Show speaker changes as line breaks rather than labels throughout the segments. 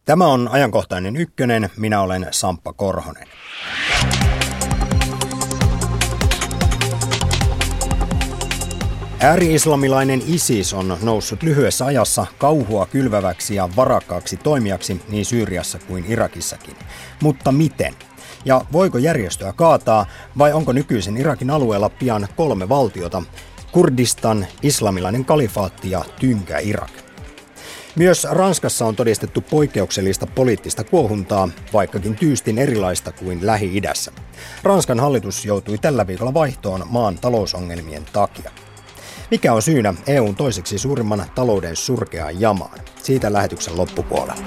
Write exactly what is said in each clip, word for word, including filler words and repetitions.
Tämä on Ajankohtainen ykkönen, minä olen Samppa Korhonen. Ääri-islamilainen ISIS on noussut lyhyessä ajassa kauhua kylväväksi ja varakkaaksi toimijaksi niin Syyriassa kuin Irakissakin. Mutta miten? Ja voiko järjestöä kaataa vai onko nykyisen Irakin alueella pian kolme valtiota? Kurdistan, islamilainen kalifaatti ja tynkä Irak. Myös Ranskassa on todistettu poikkeuksellista poliittista kuohuntaa, vaikkakin tyystin erilaista kuin Lähi-idässä. Ranskan hallitus joutui tällä viikolla vaihtoon maan talousongelmien takia. Mikä on syynä E U:n toiseksi suurimman talouden surkeaan jamaan? Siitä lähetyksen loppupuolella.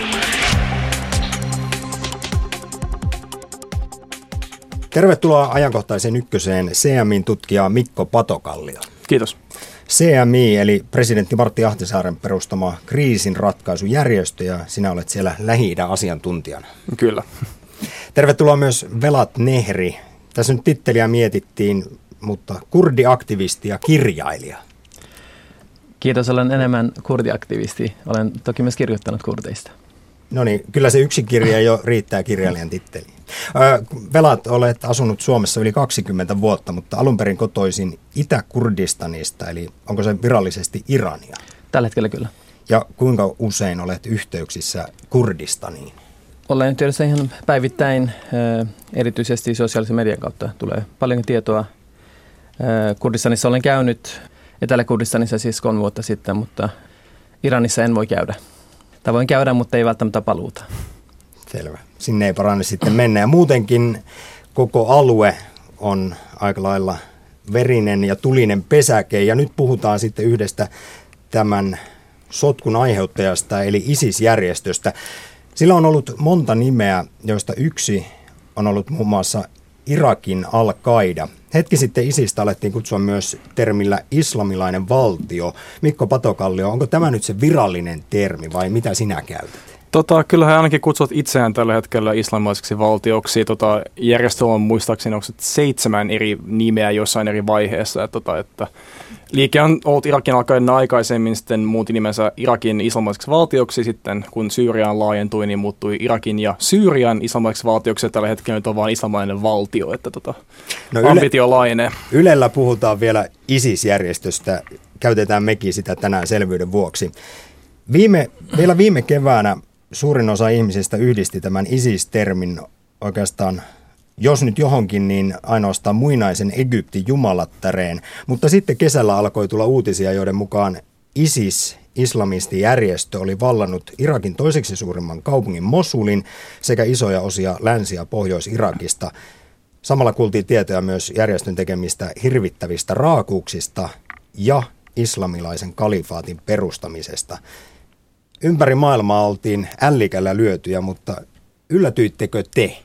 Tervetuloa Ajankohtaisen ykköseen C M I:n tutkija Mikko Patokallio.
Kiitos.
C M I eli presidentti Martti Ahtisaaren perustama kriisinratkaisujärjestö ja sinä olet siellä Lähi-idän asiantuntijana.
Kyllä.
Tervetuloa myös Velat Nehri. Tässä nyt titteliä mietittiin, mutta kurdiaktivisti ja kirjailija.
Kiitos, olen enemmän kurdiaktivisti. Olen toki myös kirjoittanut kurdeista.
No niin, kyllä se yksi kirja jo riittää kirjailijan titteliin. Velat, olet asunut Suomessa yli kaksikymmentä vuotta, mutta alun perin kotoisin Itä-Kurdistanista, eli onko se virallisesti Irania?
Tällä hetkellä kyllä.
Ja kuinka usein olet yhteyksissä Kurdistaniin?
Olen yhteydessä ihan päivittäin, erityisesti sosiaalisen median kautta tulee paljon tietoa. Kurdistanissa olen käynyt, Etelä-Kurdistanissa siis kolme vuotta sitten, mutta Iranissa en voi käydä. Tai voin käydä, mutta ei välttämättä paluuta.
Selvä. Sinne ei parane sitten mennä. Ja muutenkin koko alue on aika lailla verinen ja tulinen pesäke. Ja nyt puhutaan sitten yhdestä tämän sotkun aiheuttajasta, eli ISIS-järjestöstä. Sillä on ollut monta nimeä, joista yksi on ollut muun muassa Irakin Al-Qaida. Hetki sitten ISISistä alettiin kutsua myös termillä islamilainen valtio. Mikko Patokallio, onko tämä nyt se virallinen termi vai mitä sinä käytät?
Tota, kyllä he ainakin kutsuvat itseään tällä hetkellä islamilaiseksi valtioksi. Tota, järjestö on muistaakseni onko seitsemän eri nimeä jossain eri vaiheessa. Että, tota, että liike on ollut Irakin Al-Qaidana aikaisemmin, sitten muutti nimensä Irakin islamilaiseksi valtioksi. Sitten kun Syyriaan laajentui, niin muuttui Irakin ja Syyrian islamilaiseksi valtioksi. Ja tällä hetkellä nyt on vain islamilainen valtio, että tota, no ambitio laajenee.
Ylellä puhutaan vielä ISIS-järjestöstä. Käytetään mekin sitä tänään selvyyden vuoksi. Viime, vielä viime keväänä suurin osa ihmisistä yhdisti tämän ISIS-termin oikeastaan, jos nyt johonkin, niin ainoastaan muinaisen Egyptin jumalattareen. Mutta sitten kesällä alkoi tulla uutisia, joiden mukaan ISIS, islamistijärjestö, oli vallannut Irakin toiseksi suurimman kaupungin Mosulin sekä isoja osia Länsi- ja Pohjois-Irakista. Samalla kuultiin tietoja myös järjestön tekemistä hirvittävistä raakuuksista ja islamilaisen kalifaatin perustamisesta. Ympäri maailmaa oltiin ällikällä lyötyjä, mutta yllätyittekö te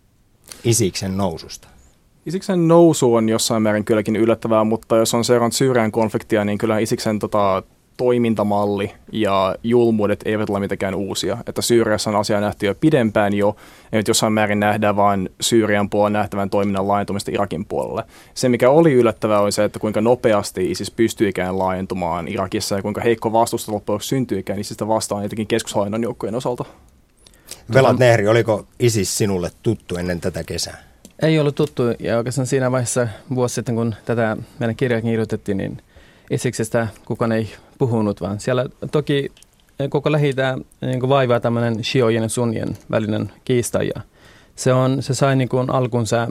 Isiksen noususta?
Isiksen nousu on jossain määrin kylläkin yllättävää, mutta jos on seurannut Syyrian konfliktia, niin kyllä Isiksen tota, toimintamalli ja julmuudet eivät ole mitenkään uusia. Että Syyriassa on asiaa nähty jo pidempään jo, ja nyt jossain määrin nähdään vain Syyrian puolella nähtävän toiminnan laajentumista Irakin puolelle. Se, mikä oli yllättävää, oli se, että kuinka nopeasti ISIS pystyikään laajentumaan Irakissa ja kuinka heikko vastusta loppujen syntyikään ISISistä vastaan jotenkin keskushallinnon joukkojen osalta.
Velat Nehri, oliko ISIS sinulle tuttu ennen tätä kesää?
Ei ollut tuttu, ja oikeastaan siinä vaiheessa vuosi sitten, kun tätä meidän kirjaa kirjoitettiin, niin Isiksestä kukaan ei puhunut, vaan siellä toki koko Lähi-itä niin vaivaa tämmöinen shiojen ja sunnien välinen kiista. Ja se, on, se sai niin kuin alkunsa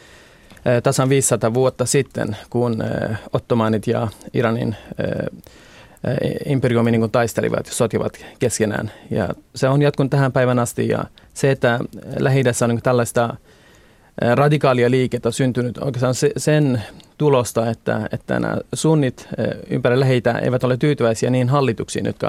tasan viisisataa vuotta sitten, kun ottomaanit ja Iranin imperiumi niin kuin taistelivat ja sotivat keskenään. Ja se on jatkunut tähän päivän asti. Ja se, että Lähi-idässä on niin tällaista radikaalia liikettä syntynyt oikeastaan sen tulosta, että, että nämä sunnit ympäri Lähi-itää eivät ole tyytyväisiä niin hallituksiin, jotka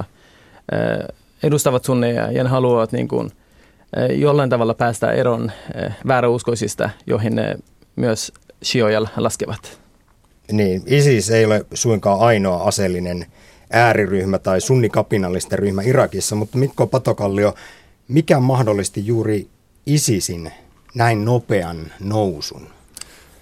edustavat sunneja ja ne haluavat niin kuin jollain tavalla päästä eroon vääräuskoisista, joihin ne myös shioja laskevat.
Niin, ISIS ei ole suinkaan ainoa aseellinen ääriryhmä tai sunnikapinallisten ryhmä Irakissa, mutta Mikko Patokallio, mikä mahdollisti juuri ISISin näin nopean nousun?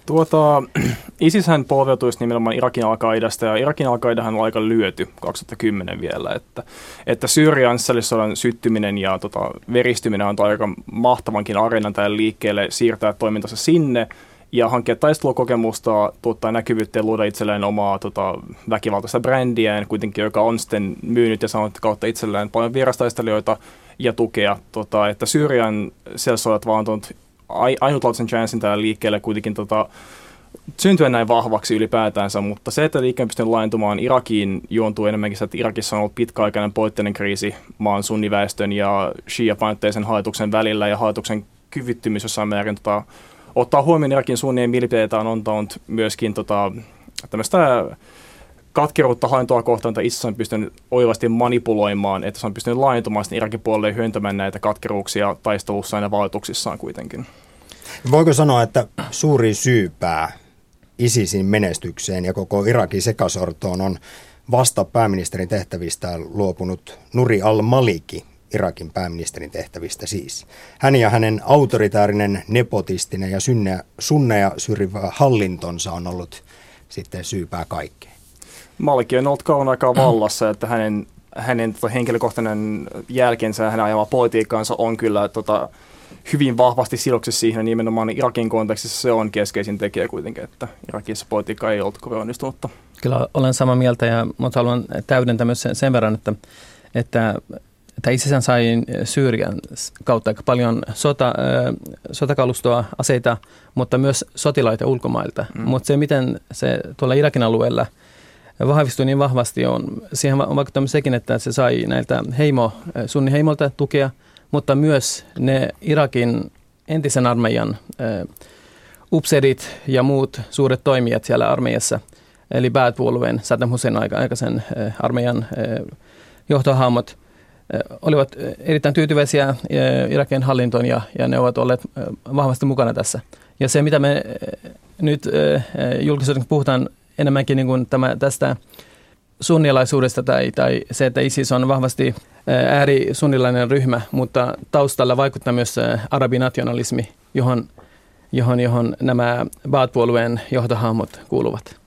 Tuota, ISIShän polveutuisi nimenomaan Irakin al-Qaidasta, ja Irakin al-Qaidahan on aika lyöty kaksituhattakymmenen vielä, että, että Syyrian sisällissodan syttyminen ja tota, veristyminen on aika mahtavankin areenan tälle liikkeelle siirtää toimintansa sinne ja hankkia taistelukokemusta, tuottaa näkyvyyttä ja luoda itselleen omaa tota, väkivaltaista brändiään, kuitenkin joka on sitten myynyt ja saanut kautta itselleen paljon vierastaistelijoita ja tukea, tota, että Syyrian sisällissodat vaan on ainutlaatuisen chanssin tällä liikkeelle kuitenkin tota, syntyä näin vahvaksi ylipäätänsä, mutta se, että liikkeen pystyy laajentumaan Irakiin, juontuu enemmänkin, että Irakissa on ollut pitkäaikainen poliittinen kriisi maan sunniväestön ja shia-painotteisen hallituksen välillä, ja hallituksen kyvyttömyys jossain määrin tota, ottaa huomioon Irakin sunnien mielipiteitä on antanut myöskin tota, tämmöistä katkeruutta hallintoa kohtaan, että itse on pystynyt oivasti manipuloimaan, että se on pystynyt laajentumaan Irakin puolelle ja hyöntämään näitä katkeruuksia taistelussaan ja valituksissaan kuitenkin.
Voiko sanoa, että suuri syypää ISISin menestykseen ja koko Irakin sekasortoon on vasta pääministerin tehtävistä luopunut Nuri al-Maliki, Irakin pääministerin tehtävistä siis. Hän ja hänen autoritäärinen, nepotistinen ja synneä, sunneja syrjivä hallintonsa on ollut sitten syypää kaikkeen.
Maliki on ollut kauan aikaa vallassa, että hänen, hänen tota, henkilökohtainen jälkensä ja hänen ajama politiikkaansa on kyllä tota, hyvin vahvasti sidoksissa siihen, nimenomaan Irakin kontekstissa se on keskeisin tekijä kuitenkin, että Irakissa politiikka ei ollut kovin onnistunutta. Kyllä
olen samaa mieltä, ja mutta haluan täydentää myös sen, sen verran, että, että, että ISIS sai Syyrian kautta aika paljon sota, sotakalustoa, aseita, mutta myös sotilaita ulkomailta. Mm. Mutta se, miten se tuolla Irakin alueella vahvistui niin vahvasti, on, siihen on vaikuttanut sekin, että se sai näiltä heimo, sunniheimolta tukea, mutta myös ne Irakin entisen armeijan äh, upseerit ja muut suuret toimijat siellä armeijassa, eli Ba'ath-puolueen Saddam Hussein aikaisen äh, armeijan äh, johtohahmot, äh, olivat erittäin tyytyväisiä äh, Irakin hallintoon, ja, ja ne ovat olleet äh, vahvasti mukana tässä. Ja se, mitä me äh, nyt äh, julkisuudessa puhutaan enemmänkin niin kuin tämä, tästä sunnialaisuudesta tai, tai se, että ISIS on vahvasti äärisunnilainen ryhmä, mutta taustalla vaikuttaa myös arabinationalismi, johon, johon, johon nämä Ba'ath-puolueen johtohahmot kuuluvat.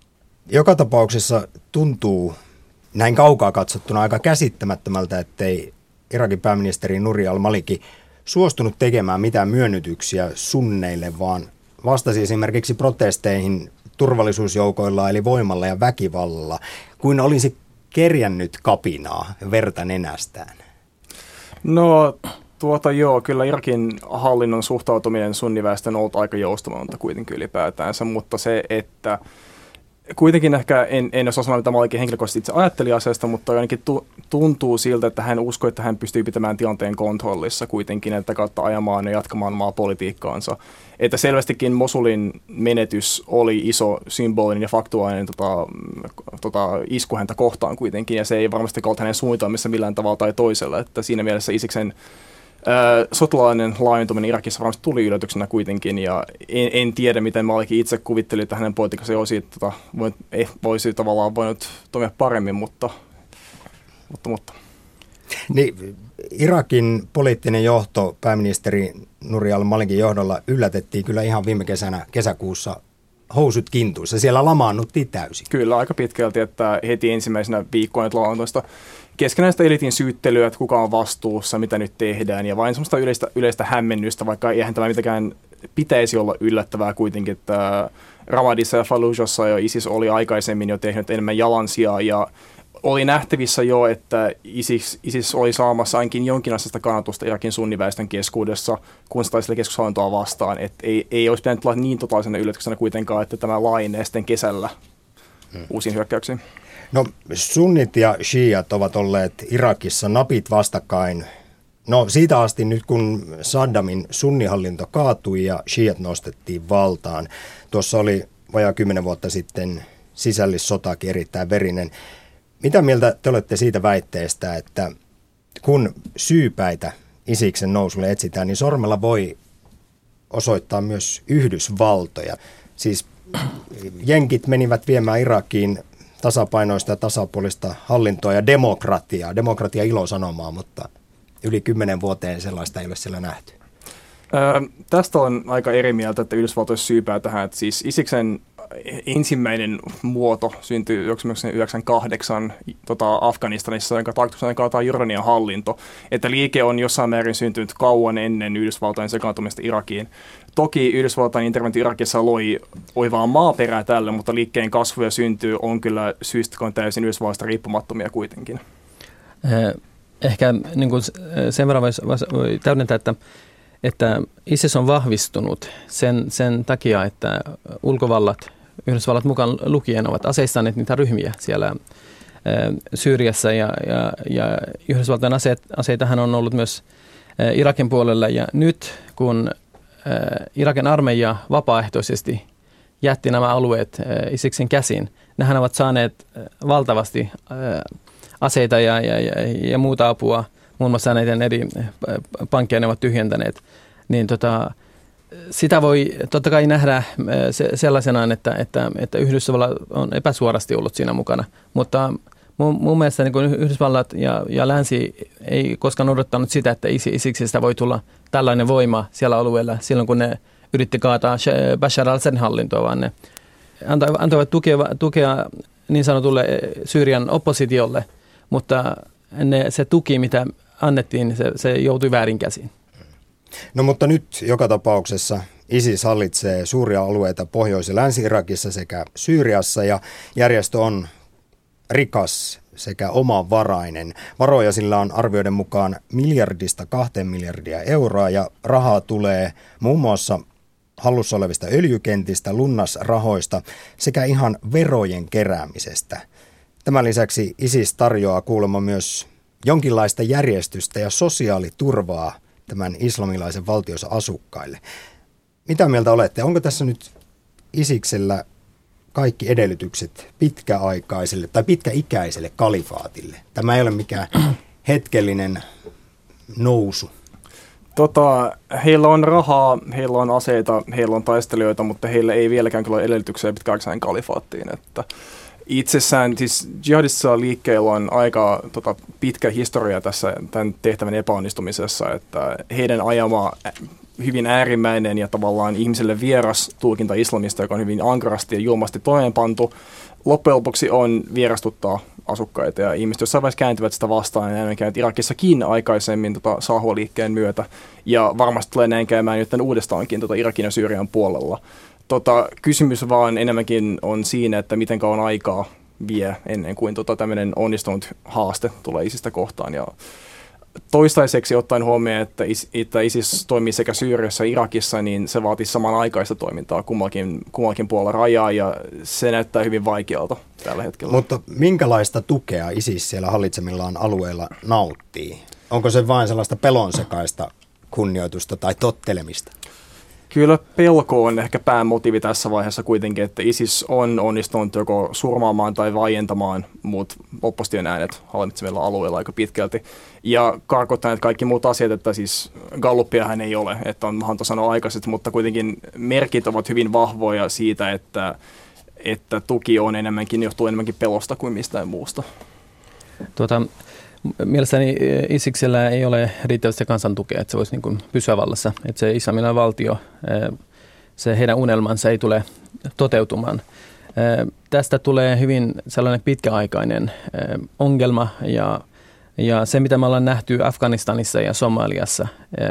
Joka tapauksessa tuntuu näin kaukaa katsottuna aika käsittämättömältä, ettei Irakin pääministeri Nuri al-Maliki suostunut tekemään mitään myönnytyksiä sunneille, vaan vastasi esimerkiksi protesteihin turvallisuusjoukoilla eli voimalla ja väkivallalla, kuin olisi kerjännyt kapinaa verta nenästään.
No tuota joo, kyllä Irakin hallinnon suhtautuminen sunniväestön on ollut aika joustamatonta kuitenkin ylipäätäänsä, mutta se, että kuitenkin ehkä en, en osaa sanoa, mitä mä oikein henkilökohtaisesti itse ajattelin asiasta, mutta ainakin tu, tuntuu siltä, että hän uskoi, että hän pystyy pitämään tilanteen kontrollissa kuitenkin, että kautta ajamaan ja jatkamaan maa politiikkaansa. Että selvästikin Mosulin menetys oli iso symbolinen ja faktuaalinen tota, tota, isku häntä kohtaan kuitenkin, ja se ei varmasti ollut hänen suunnitelmissa millään tavalla tai toisella, että siinä mielessä Isiksen ää, sotilainen laajentuminen Irakissa varmasti tuli yllätyksenä kuitenkin, ja en, en tiedä, miten Maliki itse kuvitteli, että hänen politiikassa ei olisi, tota, ei, voisi tavallaan voinut toimia paremmin, mutta... mutta, mutta.
Niin, Irakin poliittinen johto pääministeri Nuri al-Malikin johdolla yllätettiin kyllä ihan viime kesänä, kesäkuussa housut kintuissa. Siellä lamaannuttiin täysin.
Kyllä, aika pitkälti, että heti ensimmäisenä viikkoina lauantoista keskenäistä elitin syyttelyä, että kuka on vastuussa, mitä nyt tehdään, ja vain semmoista yleistä, yleistä hämmennystä, vaikka eihän tämä mitenkään pitäisi olla yllättävää kuitenkin, että Ramadissa ja Fallujahssa jo ISIS oli aikaisemmin jo tehnyt enemmän jalansijaa, ja oli nähtävissä jo, että ISIS, ISIS oli saamassa ainakin jonkinlaista kannatusta Irakin sunniväestön keskuudessa, kun se taisteli keskushallintoa vastaan. Et ei, ei olisi pitänyt olla niin totaalisena yllätyksenä kuitenkaan, että tämä laajenee sitten kesällä hmm. uusiin hyökkäyksiin.
No sunnit ja shiat ovat olleet Irakissa napit vastakkain. No siitä asti nyt kun Saddamin sunnihallinto kaatui ja shiat nostettiin valtaan. Tuossa oli vajaa kymmenen vuotta sitten sisällissotakin erittäin verinen. Mitä mieltä te olette siitä väitteestä, että kun syypäitä Isiksen nousulle etsitään, niin sormella voi osoittaa myös Yhdysvaltoja. Siis jenkit menivät viemään Irakiin tasapainoista ja tasapuolista hallintoa ja demokratiaa. Demokratia ilosanomaa, mutta yli kymmenen vuoteen sellaista ei ole siellä nähty.
Öö, tästä on aika eri mieltä, että Yhdysvaltoissa syypää tähän, että siis Isiksen ensimmäinen muoto syntyi yhdeksänkymmentäkahdeksan tota, Afganistanissa, jonka tarkoituksena kaataa Jordanian hallinto, että liike on jossain määrin syntynyt kauan ennen Yhdysvaltain sekaantumista Irakiin. Toki Yhdysvaltain interventio Irakissa loi oivaa maaperää tälle, mutta liikkeen kasvu ja synty on kyllä syystä, kun on täysin Yhdysvalloista riippumattomia kuitenkin.
Ehkä niin kuin sen verran voi täydentää, että että ISIS on vahvistunut sen, sen takia, että ulkovallat, Yhdysvallat mukaan lukien, ovat aseistaneet niitä ryhmiä siellä ä, Syyriassa ja, ja, ja Yhdysvaltain aseet, aseitahan on ollut myös ä, Irakin puolella ja nyt kun ä, Irakin armeija vapaaehtoisesti jätti nämä alueet ä, ISISin käsiin, nehän ovat saaneet ä, valtavasti ä, aseita ja, ja, ja, ja muuta apua, muun muassa näiden eri pankkeja ne ovat tyhjentäneet, niin tota, sitä voi totta kai nähdä sellaisenaan, että, että, että Yhdysvallat on epäsuorasti ollut siinä mukana, mutta mun, mun mielestä niin kuin Yhdysvallat ja, ja länsi ei koskaan odottanut sitä, että ISISistä voi tulla tällainen voima siellä alueella silloin, kun ne yritti kaataa Bashar al-Assadin hallintoa, vaan ne antoivat tukea, tukea niin sanotulle Syyrian oppositiolle, mutta ne, se tuki, mitä annettiin, se, se joutui väärin käsiin.
No mutta nyt joka tapauksessa ISIS hallitsee suuria alueita Pohjois- ja Länsi-Irakissa sekä Syyriassa ja järjestö on rikas sekä omavarainen. Varoja sillä on arvioiden mukaan miljardista kahteen miljardia euroa ja rahaa tulee muun muassa hallussa olevista öljykentistä, lunnasrahoista sekä ihan verojen keräämisestä. Tämän lisäksi ISIS tarjoaa kuulemma myös jonkinlaista järjestystä ja sosiaaliturvaa tämän islamilaisen valtionsa asukkaille. Mitä mieltä olette? Onko tässä nyt Isiksellä kaikki edellytykset pitkäaikaiselle tai pitkäikäiselle kalifaatille? Tämä ei ole mikään hetkellinen nousu.
Tota, heillä on rahaa, heillä on aseita, heillä on taistelijoita, mutta heillä ei vieläkään kyllä ole edellytyksiä pitkäaikaiseen kalifaattiin. Että itsessään, siis jihadissa liikkeellä on aika tota, pitkä historia tässä tämän tehtävän epäonnistumisessa, että heidän ajama hyvin äärimmäinen ja tavallaan ihmiselle vieras tulkinta islamista, joka on hyvin ankarasti ja julmasti toimeenpantu, loppujen lopuksi on vierastuttaa asukkaita ja ihmiset jossain vaiheessa kääntyvät sitä vastaan ja näin käynyt Irakissakin aikaisemmin tota, Sahwa-liikkeen myötä ja varmasti tulee näin käymään nyt uudestaankin tota, Irakin ja Syyrian puolella. Tota, kysymys vaan enemmänkin on siinä, että miten kauan aikaa vie ennen kuin tota, tämmöinen onnistunut haaste tulee ISISistä kohtaan. Ja toistaiseksi ottaen huomioon, että, is, että ISIS toimii sekä Syyriassa ja Irakissa, niin se vaatii samanaikaista toimintaa kummallakin, kummallakin puolella rajaa ja se näyttää hyvin vaikealta tällä hetkellä.
Mutta minkälaista tukea ISIS siellä hallitsemillaan alueilla nauttii? Onko se vain sellaista pelonsekaista kunnioitusta tai tottelemista?
Kyllä pelko on ehkä päämotiivi tässä vaiheessa kuitenkin, että ISIS on onnistunut joko surmaamaan tai vaientamaan muut opposition äänet hallitsemilla alueilla aika pitkälti. Ja karkottaneet kaikki muut asiat, että siis galluppiahan ei ole, että on mahdollista sanoa aikaisesti, mutta kuitenkin merkit ovat hyvin vahvoja siitä, että, että tuki on enemmänkin, johtuu enemmänkin pelosta kuin mistään muusta.
Tuota, mielestäni ISIksellä ei ole riittävästi kansantukea, että se voisi niin kuin pysyä vallassa. Että se islamilainen valtio, se heidän unelmansa ei tule toteutumaan. Tästä tulee hyvin sellainen pitkäaikainen ongelma ja, ja se, mitä me ollaan nähty Afganistanissa ja Somaliassa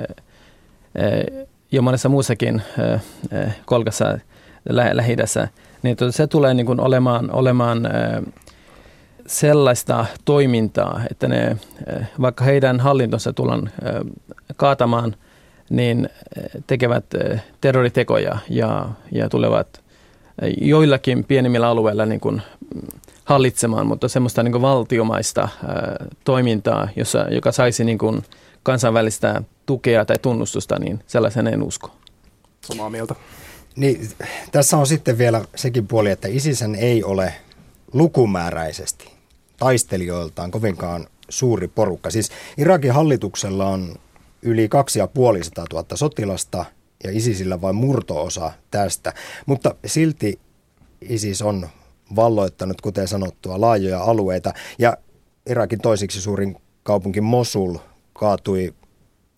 ja monessa muussakin kolkassa Lähi-idässä, niin se tulee niin kuin olemaan, olemaan sellaista toimintaa, että ne, vaikka heidän hallintonsa tullaan kaatamaan, niin tekevät terroritekoja ja, ja tulevat joillakin pienimmillä alueilla niin kuin hallitsemaan, mutta semmoista niin kuin valtiomaista toimintaa, jossa, joka saisi niin kuin kansainvälistä tukea tai tunnustusta, niin sellaisen en usko.
Samaa mieltä.
Niin, tässä on sitten vielä sekin puoli, että ISIShän ei ole lukumääräisesti taistelijoiltaan kovinkaan suuri porukka. Siis Irakin hallituksella on yli kaksi ja puolisataa tuhatta sotilasta ja ISISillä vain murto-osa tästä. Mutta silti ISIS on valloittanut, kuten sanottua, laajoja alueita. Ja Irakin toisiksi suurin kaupunki Mosul kaatui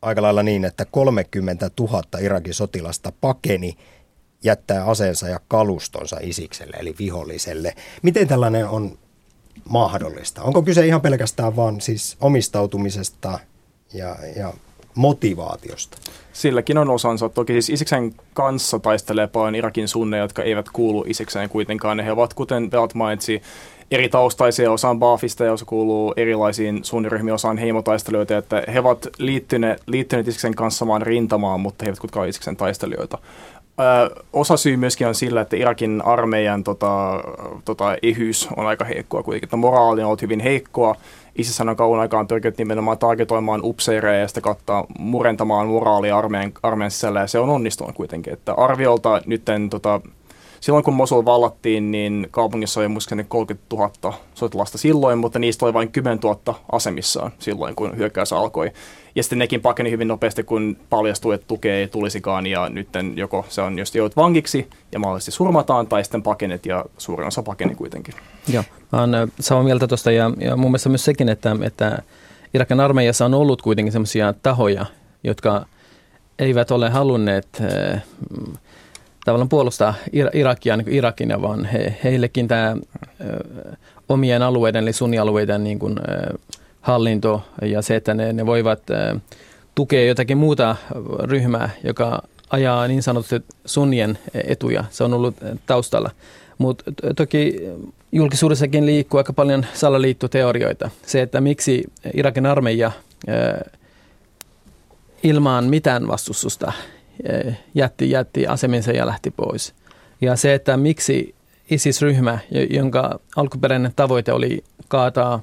aika lailla niin, että kolmekymmentätuhatta Irakin sotilasta pakeni jättää aseensa ja kalustonsa Isikselle, eli viholliselle. Miten tällainen on mahdollista? Onko kyse ihan pelkästään vaan siis omistautumisesta ja, ja motivaatiosta?
Silläkin on osansa. Toki siis Isiksen kanssa taistelee paljon Irakin sunneja, jotka eivät kuulu Isikseen kuitenkaan. He ovat, kuten Velat mainitsi, eri taustaisia, osaan Baafista ja osa kuuluu erilaisiin sunniryhmiin, osaan heimotaistelijoita, että he ovat liittyneet, liittyneet Isiksen kanssa samaan rintamaan, mutta he eivät kuitenkaan Isiksen taistelijoita. Ö, osa syy myöskin on sillä, että Irakin armeijan tota, tota, ehyys on aika heikkoa kuitenkin, että moraali on ollut hyvin heikkoa. ISIS on kauan aikaan pyrkinyt nimenomaan targetoimaan upseereja ja sitä kattaa murentamaan moraalia armeijan, armeijan sisällä, ja se on onnistunut kuitenkin. Että arviolta nytten, tota, silloin kun Mosul vallattiin, niin kaupungissa oli muistaakseni kolmekymmentätuhatta sotilasta silloin, mutta niistä oli vain kymmenentuhatta asemissaan silloin, kun hyökkäys alkoi. Ja sitten nekin pakeni hyvin nopeasti, kun paljastui, että tukea ei tulisikaan, ja nyt joko se on, jos joudut vankiksi ja mahdollisesti surmataan, tai sitten pakenet, ja suurin osa pakeni kuitenkin.
Joo, olen samaa mieltä tuosta, ja, ja mun mielestä myös sekin, että, että Irakin armeijassa on ollut kuitenkin sellaisia tahoja, jotka eivät ole halunneet äh, tavallaan puolustaa Irakia niin kuin Irakin, vaan he, heillekin tämä äh, omien alueiden, eli sunnialueiden niin kuin, äh, hallinto ja se, että ne, ne voivat äh, tukea jotakin muuta ryhmää, joka ajaa niin sanotusti sunnien etuja. Se on ollut taustalla. Mutta toki julkisuudessakin liikkuu aika paljon salaliittoteorioita. Se, että miksi Irakin armeija äh, ilman mitään vastustusta äh, jätti, jätti aseminsa ja lähti pois. Ja se, että miksi ISIS-ryhmä, jonka alkuperäinen tavoite oli kaataa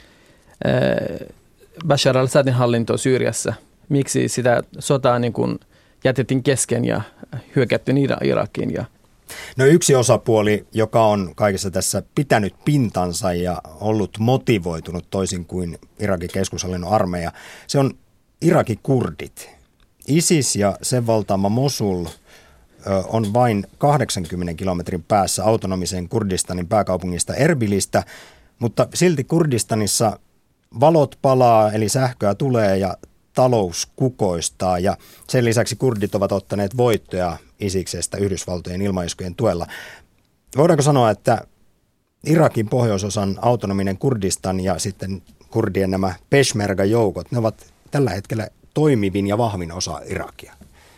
Bashar al-Assadin hallinto Syyriassa, miksi sitä sotaa niin kuin jätettiin kesken ja hyökättiin Irakiin. Ja
no yksi osapuoli, joka on kaikessa tässä pitänyt pintansa ja ollut motivoitunut toisin kuin Irakin keskushallinnon armeija, se on Irakin kurdit. ISIS ja sen valtaama Mosul on vain kahdeksankymmenen kilometrin päässä autonomisen Kurdistanin pääkaupungista Erbilistä, mutta silti Kurdistanissa valot palaa, eli sähköä tulee ja talous kukoistaa, ja sen lisäksi kurdit ovat ottaneet voittoja Isiksestä Yhdysvaltojen ilmaiskujen tuella. Voidaanko sanoa, että Irakin pohjoisosan autonominen Kurdistan ja sitten kurdien nämä Peshmerga-joukot, ne ovat tällä hetkellä toimivin ja vahvin osa Irakia?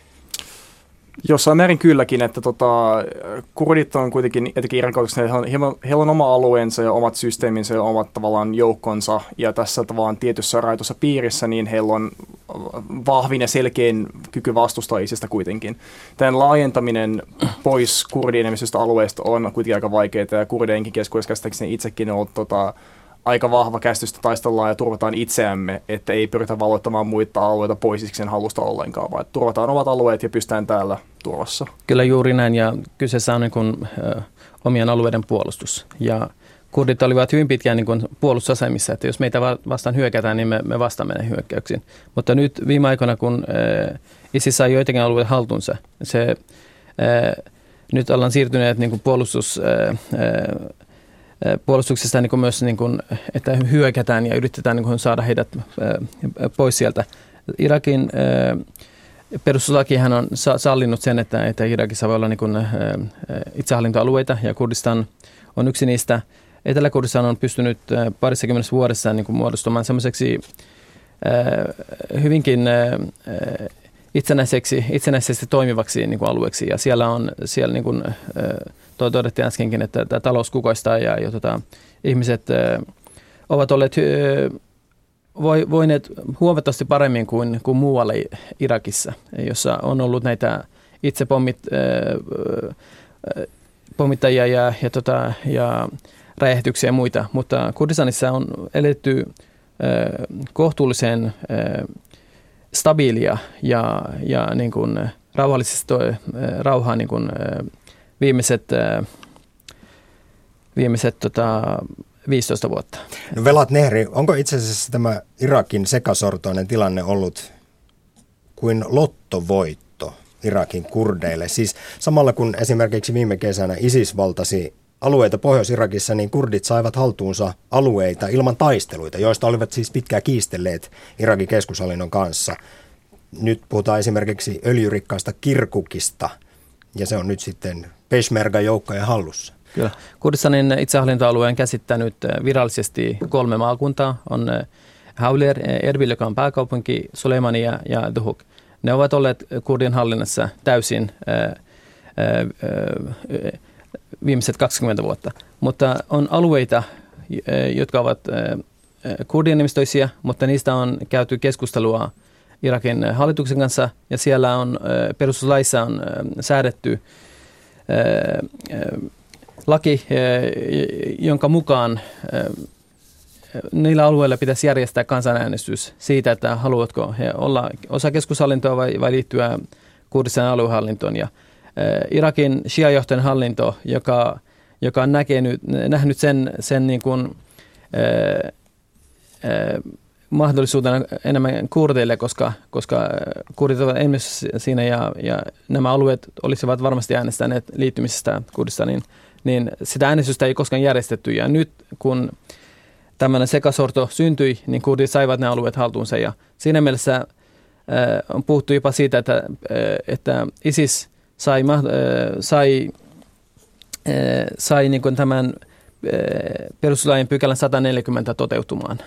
Jossain määrin kylläkin, että tota, kurdit on kuitenkin, etenkin Irakin heillä, heillä on oma alueensa ja omat systeeminsä ja omat tavallaan joukkonsa, ja tässä tavallaan tietyssä rajoitussa piirissä, niin heillä on vahvin ja selkein kyky vastustaa ISISistä kuitenkin. Tämän laajentaminen pois kurdien enemmistöistä alueista on kuitenkin aika vaikeaa, ja kurdienkin keskuudessa käsittääkseni itsekin on ollut tota, aika vahva käsitystä, taistellaan ja turvataan itseämme, että ei pyritä valloittamaan muita alueita pois Isiksen halusta ollenkaan, vaan turvataan omat alueet ja pystytään täällä turvassa.
Kyllä juuri näin, ja kyseessä on niin kuin, ö, omien alueiden puolustus. Ja kurdit olivat hyvin pitkään niin kuin puolustusasemissa, että jos meitä vastaan hyökätään, niin me, me vastaamme näihin hyökkäyksiin. Mutta nyt viime aikoina, kun ö, ISIS sai joitakin alueita haltuunsa, se, ö, nyt ollaan siirtyneet niin kuin puolustus... Ö, ö, puolustuksesta niin kuin myös, niin kuin, että hyökätään ja yritetään niin kuin saada heidät pois sieltä. Irakin perustuslakihan on sallinut sen, että, että Irakissa voi olla niin kuin itsehallintoalueita, ja Kurdistan on yksi niistä. Etelä-Kurdistan on pystynyt parissakymmenessä vuodessa niin kuin muodostumaan sellaiseksi hyvinkin itsenäiseksi, itsenäisesti toimivaksi niin kuin alueeksi, ja siellä on siellä niin kuin, Tuo todettiin äskenkin, että tämä talous kukoistaa ja, ja tota, ihmiset ö, ovat olleet ö, voineet huomattavasti paremmin kuin, kuin muualla Irakissa, jossa on ollut näitä itse pommit, ö, pommittajia ja, ja, tota, ja räjähdyksiä ja muita, mutta Kurdistanissa on eletty ö, kohtuullisen ö, stabiilia ja, ja niin kuin rauhallisesti ö, rauhaa niin kuin, ö, Viimeiset, viimeiset tota, viisitoista vuotta.
No Velat Nehri, onko itse asiassa tämä Irakin sekasortoinen tilanne ollut kuin lottovoitto Irakin kurdeille? Siis samalla kun esimerkiksi viime kesänä ISIS valtasi alueita Pohjois-Irakissa, niin kurdit saivat haltuunsa alueita ilman taisteluita, joista olivat siis pitkään kiistelleet Irakin keskushallinnon kanssa. nyt puhutaan esimerkiksi öljyrikkaasta Kirkukista, ja se on nyt sitten Peshmerga-joukkojen hallussa.
Kyllä. Kurdistanin itsehallintoalue on käsittänyt virallisesti kolme maakuntaa. On Hawler, Erbil, joka on pääkaupunki, Suleimania ja Duhok. Ne ovat olleet kurdien hallinnassa täysin ää, ää, viimeiset kaksikymmentä vuotta. Mutta on alueita, jotka ovat kurdien nimistoisia, mutta niistä on käyty keskustelua Irakin hallituksen kanssa, ja siellä on perustuslaissa on säädetty laki, jonka mukaan niillä alueilla pitäisi järjestää kansanäänestys siitä, että haluatko he olla osa keskushallintoa vai, vai liittyä Kurdistan aluehallintoon. Ja Irakin shia-johtoinen hallinto, joka, joka on näkenyt, nähnyt sen, sen niin kuin, ää, ää, mahdollisuutena enemmän kurdeille, koska, koska kurdit ovat enemmän siinä ja, ja nämä alueet olisivat varmasti äänestäneet liittymisestä Kurdistaniin, niin sitä äänestystä ei koskaan järjestetty. Ja nyt kun tämmöinen sekasorto syntyi, niin kurdit saivat ne alueet haltuunsa. Ja siinä mielessä äh, on puhuttu jopa siitä, että, äh, että ISIS sai, äh, sai, äh, sai niin kuin tämän äh, perustuslain pykälän sata neljäkymmentä toteutumaan.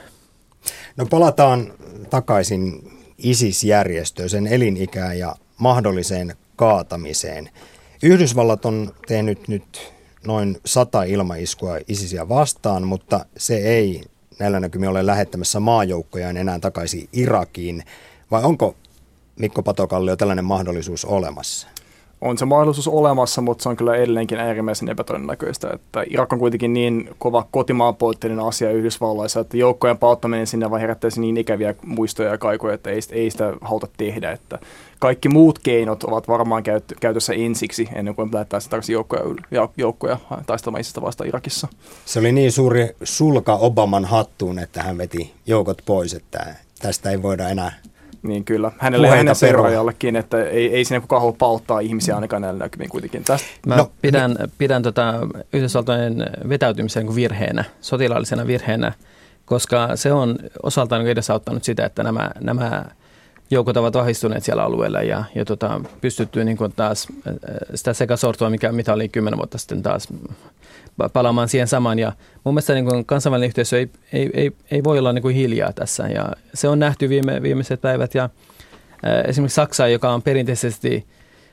No palataan takaisin ISIS-järjestöön, sen elinikään ja mahdolliseen kaatamiseen. Yhdysvallat on tehnyt nyt noin sata ilmaiskua ISISiä vastaan, mutta se ei näillä näkymin ole lähettämässä maajoukkojaan enää takaisin Irakiin. Vai onko, Mikko Patokallio, tällainen mahdollisuus olemassa?
On se mahdollisuus olemassa, mutta se on kyllä edelleenkin äärimmäisen epätodennäköistä. Että Irak on kuitenkin niin kova kotimaapoliittinen asia Yhdysvalloissa, että joukkojen palauttaminen sinne vaan herättäisi niin ikäviä muistoja ja kaikuja, että ei, ei sitä haluta tehdä. Että kaikki muut keinot ovat varmaan käyt, käytössä ensiksi, ennen kuin lähdetään takaisin joukkoja, joukkoja taistelemaan ISISistä vastaan Irakissa.
Se oli niin suuri sulka Obaman hattuun, että hän veti joukot pois, että tästä ei voida enää...
Niin kyllä, hänelle ja hänen seuraajallekin, että ei, ei siinä kukaan halua pauttaa ihmisiä ainakaan näillä näkymin kuitenkin. Tästä.
Mä no, pidän, pidän tota Yhdysvaltojen vetäytymisen kuin virheenä, sotilaallisena virheenä, koska se on osaltaan edesauttanut sitä, että nämä, nämä joukot ovat vahvistuneet siellä alueella ja, ja tota, pystytty niin kuin taas sitä sekasortoa, mikä, mitä oli kymmenen vuotta sitten taas palaamaan siihen samaan. Ja mun mielestä niin kuin kansainvälinen yhteisö ei, ei, ei, ei voi olla niin kuin hiljaa tässä. Ja se on nähty viime, viimeiset päivät. Ja, ää, esimerkiksi Saksa, joka on perinteisesti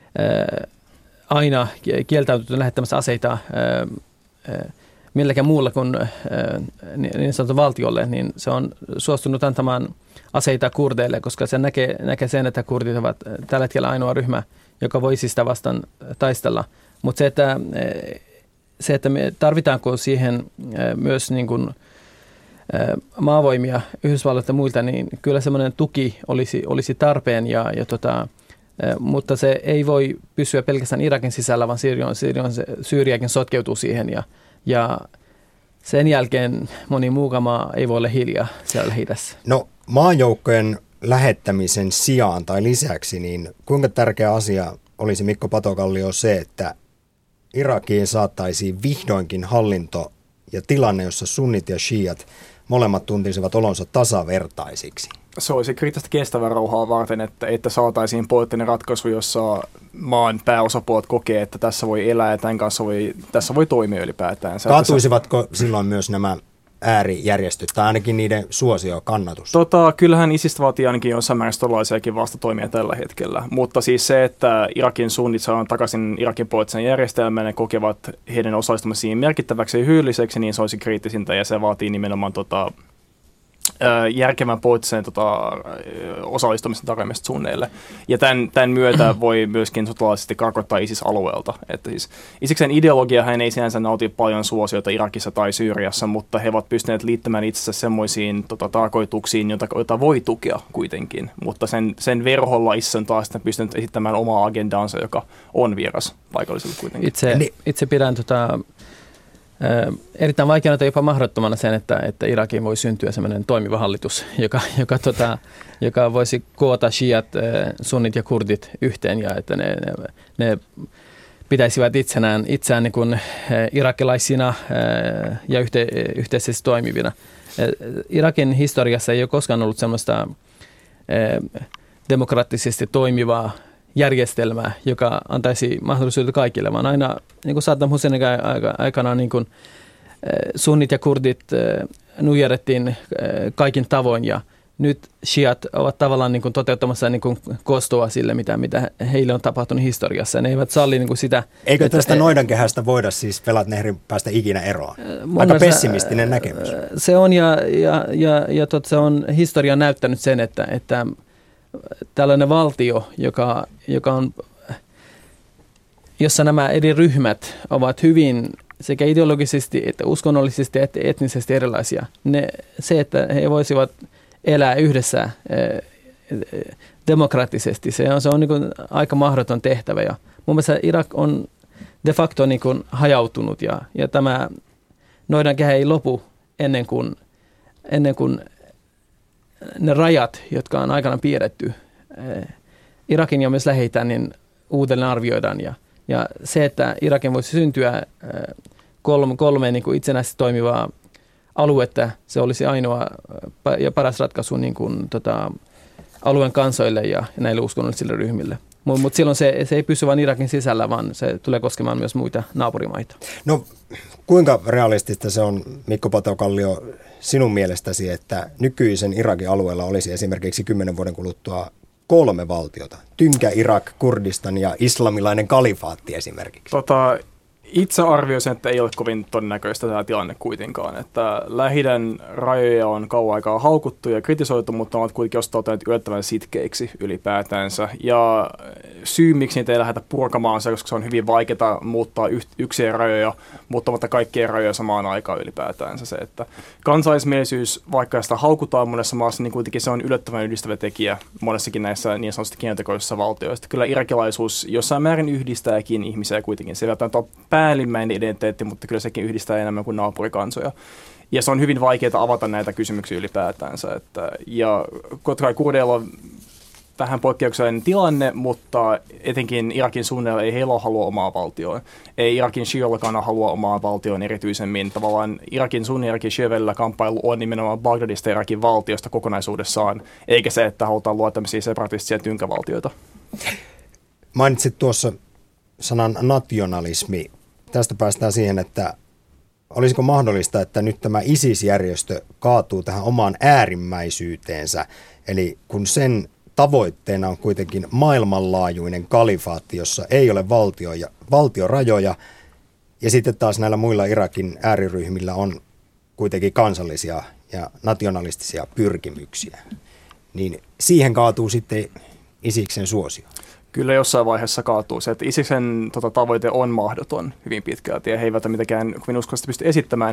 ää, aina kieltäytynyt lähettämässä aseita ää, ää, milläkään muulla kuin ää, niin sanottu valtiolle, niin se on suostunut antamaan aseita kurdeille, koska se näkee, näkee sen, että kurdit ovat tällä hetkellä ainoa ryhmä, joka voisi sitä vastaan taistella. Mutta se, että Se, että me tarvitaanko siihen myös niin kuin maavoimia Yhdysvalloilta ja muilta, niin kyllä semmoinen tuki olisi, olisi tarpeen, ja, ja tota, mutta se ei voi pysyä pelkästään Irakin sisällä, vaan Syyrian, Syyrian, Syyriakin sotkeutuu siihen, ja, ja sen jälkeen moni muukaan maa ei voi olla hiljaa siellä Lähi-idässä.
No maajoukkojen lähettämisen sijaan tai lisäksi, niin kuinka tärkeä asia olisi, Mikko Patokallio, se, että Irakiin saattaisiin vihdoinkin hallinto ja tilanne, jossa sunnit ja shiat molemmat tuntisivat olonsa tasavertaisiksi?
Se olisi kriittistä kestävää rauhaa varten, että, että saataisiin poliittinen ratkaisu, jossa maan pääosapuolet kokee, että tässä voi elää ja tämän kanssa voi, tässä voi toimia ylipäätään.
Kaatuisivatko silloin myös nämä äärijärjestöt, tai ainakin niiden suosio kannatus?
Tota, kyllähän ISIS vaatii ainakin jossain määrin tollaisiakin vastatoimia tällä hetkellä, mutta siis se, että Irakin suunnit saadaan takaisin Irakin poliittisen järjestelmän ja kokevat heidän osallistumisiin merkittäväksi ja hyödylliseksi, niin se olisi kriittisintä, ja se vaatii nimenomaan tota, järkevän poliittisen tota, osallistumisen takaamista sunneille. Ja tämän, tämän myötä voi myöskin sotilaallisesti karkottaa ISIS-alueelta. Että siis ISISen ideologia hän ei sinänsä nauti paljon suosiota Irakissa tai Syyriassa, mutta he ovat pystyneet liittämään itsensä semmoisiin tota, tarkoituksiin, joita, joita voi tukea kuitenkin. Mutta sen, sen verholla ISIS on taas pystynyt esittämään omaa agendaansa, joka on vieras paikallisille kuitenkin.
Itse, itse pidän tota erittäin vaikeana tai jopa mahdottomana sen, että, että Irakiin voi syntyä sellainen toimiva hallitus, joka, joka, tota, joka voisi koota shiat, sunnit ja kurdit yhteen, ja että ne, ne, ne pitäisivät itsenään, itseään niin kuin irakilaisina ja yhte, yhteisesti toimivina. Irakin historiassa ei ole koskaan ollut sellaista demokraattisesti toimivaa järjestelmää, joka antaisi mahdollisuuden kaikille, vaan aina niin kuin Saddam Husseinin aikana niin kuin, sunnit ja kurdit nujerrettiin kaikin tavoin ja nyt shiat ovat tavallaan niin kuin toteuttamassa niin kuin kostoa sille, mitä, mitä heille on tapahtunut historiassa. Ne eivät salli niin kuin sitä.
Eikö
että,
tästä noidankehästä voida siis Velat-Nehrin päästä ikinä eroon? Aika pessimistinen näkemys.
Se on ja, ja, ja, ja tot, se on historia näyttänyt sen, että, että tällainen valtio, joka, joka on, jossa nämä eri ryhmät ovat hyvin sekä ideologisesti että uskonnollisesti että etnisesti erilaisia. Ne, se, että he voisivat elää yhdessä demokraattisesti, se on, se on niin kuin aika mahdoton tehtävä. Ja mun mielestä Irak on de facto niin kuin hajautunut ja, ja tämä noidankehä ei lopu ennen kuin, ennen kuin ne rajat, jotka on aikana piirretty Irakin ja myös Lähi-Itään, niin uudelleen arvioidaan. Ja, ja se, että Irakin voisi syntyä kolme, kolme niin kuin itsenäisesti toimivaa aluetta, se olisi ainoa ja paras ratkaisu niin kuin, tota, alueen kansoille ja, ja näille uskonnollisille ryhmille. Mutta mut silloin se, se ei pysy vain Irakin sisällä, vaan se tulee koskemaan myös muita naapurimaita.
No kuinka realistista se on, Mikko Patokallio, sinun mielestäsi, että nykyisen Irakin alueella olisi esimerkiksi kymmenen vuoden kuluttua kolme valtiota? Tynkä, Irak, Kurdistan ja islamilainen kalifaatti esimerkiksi.
Tota, itse arvioisin, että ei ole kovin todennäköistä tämä tilanne kuitenkaan. Että Lähi-idän rajoja on kauan aikaa haukuttu ja kritisoitu, mutta ovat kuitenkin ostautuneet yllättävän sitkeiksi ylipäätänsä. Ja syy, miksi niitä ei lähdetä purkamaan, se, koska se on hyvin vaikeaa muuttaa yksiä rajoja, muuttamatta kaikkien rajoja samaan aikaan ylipäätänsä. Se, että kansallismielisyys, vaikka sitä haukutaan monessa maassa, niin kuitenkin se on yllättävän yhdistävä tekijä monessakin näissä niin sanotusti keinotekoisissa valtioissa. Kyllä irakilaisuus jossain määrin yhdistääkin ihmisiä kuitenkin. Se välttämättä on päällimmäinen identiteetti, mutta kyllä sekin yhdistää enemmän kuin naapurikansoja. Ja se on hyvin vaikeaa avata näitä kysymyksiä ylipäätänsä. Että, ja koska kurdeilla on vähän poikkeuksellinen tilanne, mutta etenkin Irakin suunnilla ei heillä halua omaa valtioon. Ei Irakin shiollakaan halua omaa valtioon erityisemmin. Tavallaan Irakin sunni ja Irakin shio välillä kamppailu on nimenomaan Bagdadista ja Irakin valtiosta kokonaisuudessaan, eikä se, että halutaan luoda tämmöisiä separatistisia tynkävaltioita.
Mainitsit tuossa sanan nationalismi. Tästä päästään siihen, että olisiko mahdollista, että nyt tämä ISIS-järjestö kaatuu tähän omaan äärimmäisyyteensä, eli kun sen tavoitteena on kuitenkin maailmanlaajuinen kalifaatti, jossa ei ole valtio ja, valtiorajoja, ja sitten taas näillä muilla Irakin ääriryhmillä on kuitenkin kansallisia ja nationalistisia pyrkimyksiä, niin siihen kaatuu sitten Isiksen suosio.
Kyllä jossain vaiheessa kaatuu se, että Isiksen tota, tavoite on mahdoton hyvin pitkälti, ja he eivät mitenkään kovin uskollisesti pysty esittämään.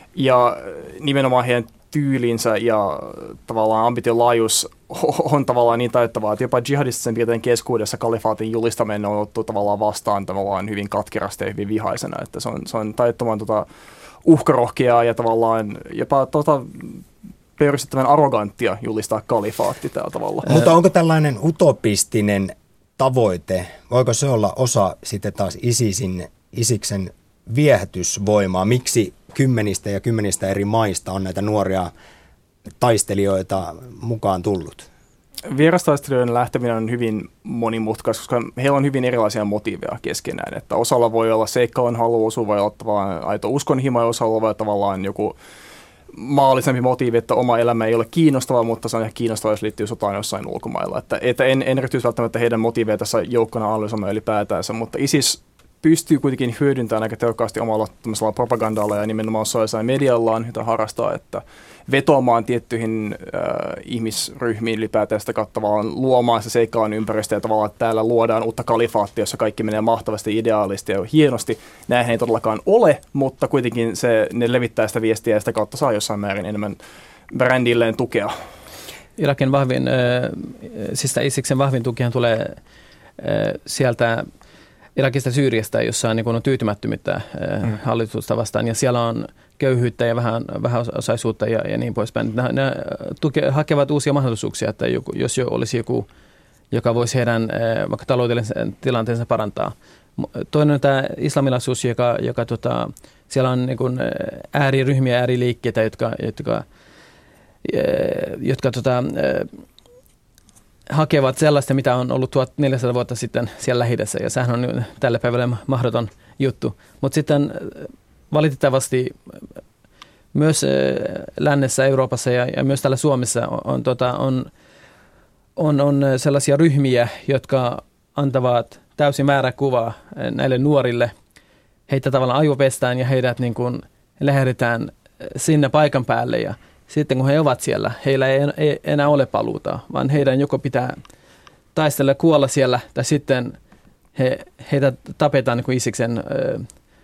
Ja nimenomaan heidän tyylinsä ja tavallaan ambition laajuus on tavallaan niin tajuttavaa, että jopa jihadistisen piirtein keskuudessa kalifaatin julistaminen on otettu tavallaan vastaan tavallaan hyvin katkerasti ja hyvin vihaisena. Että se on, se on tajuttoman tota, uhkarohkeaa ja tavallaan jopa tota, pöyristyttävän arroganttia julistaa kalifaatti tällä tavalla.
Mutta onko tällainen utopistinen tavoite, voiko se olla osa sitten taas ISISin, Isiksen viehätysvoimaa? Miksi kymmenistä ja kymmenistä eri maista on näitä nuoria taistelijoita mukaan tullut?
Vierastaistelijoiden lähteminen on hyvin monimutkaista, koska heillä on hyvin erilaisia motiiveja keskenään. Että osalla voi olla seikkailun halu, osa voi olla tavallaan aito uskonhimo, ja osalla voi olla tavallaan joku maallisempi motiivi, että oma elämä ei ole kiinnostavaa, mutta se on ihan kiinnostavaa, jos liittyy sotaan jossain ulkomailla. Että, että en, en ryhtyisi välttämättä heidän motiiveja tässä joukkona analysoimaan ylipäätänsä, mutta ISIS pystyy kuitenkin hyödyntämään aika tehokkaasti omalla propagandalla ja nimenomaan sosiaalisella mediallaan, jota harrastaa, että vetoamaan tiettyihin äh, ihmisryhmiin ylipäätään sitä kattavaan luomaan se seikkailun ympäristö ja tavallaan, että täällä luodaan uutta kalifaattia, jossa kaikki menee mahtavasti, ideaalisti ja hienosti. Näinhän ei todellakaan ole, mutta kuitenkin se, ne levittää sitä viestiä ja sitä kautta saa jossain määrin enemmän brändilleen tukea. Irakin
vahvin, äh, siis Isiksen vahvin tukihan tulee äh, sieltä Irakista Syyriasta, jossa on, niin on tyytymättömyyttä mm. hallitusta vastaan, ja siellä on köyhyyttä ja vähän, vähäosaisuutta ja, ja niin poispäin. Ne, ne tuke, hakevat uusia mahdollisuuksia, että joku, jos jo olisi joku, joka voisi heidän vaikka taloudellisen tilanteensa parantaa. Toinen on tämä islamilaisuus, joka, joka tota, siellä on niin kuin ääriryhmiä, ääriliikkeitä, jotka, jotka, jotka tota, hakevat sellaista, mitä on ollut tuhatneljäsataa vuotta sitten siellä Lähi-idässä, ja sehän on tällä päivällä mahdoton juttu. Mutta sitten valitettavasti myös lännessä, Euroopassa ja, ja myös täällä Suomessa on, on, tota, on, on, on sellaisia ryhmiä, jotka antavat täysin väärää kuvaa näille nuorille. Heitä tavallaan aivopestään ja heidät niin kuin lähdetään sinne paikan päälle, ja sitten kun he ovat siellä, heillä ei, ei enää ole paluuta, vaan heidän joko pitää taistella kuolla siellä, tai sitten he, heitä tapetaan niin kuin Isiksen ö, ö,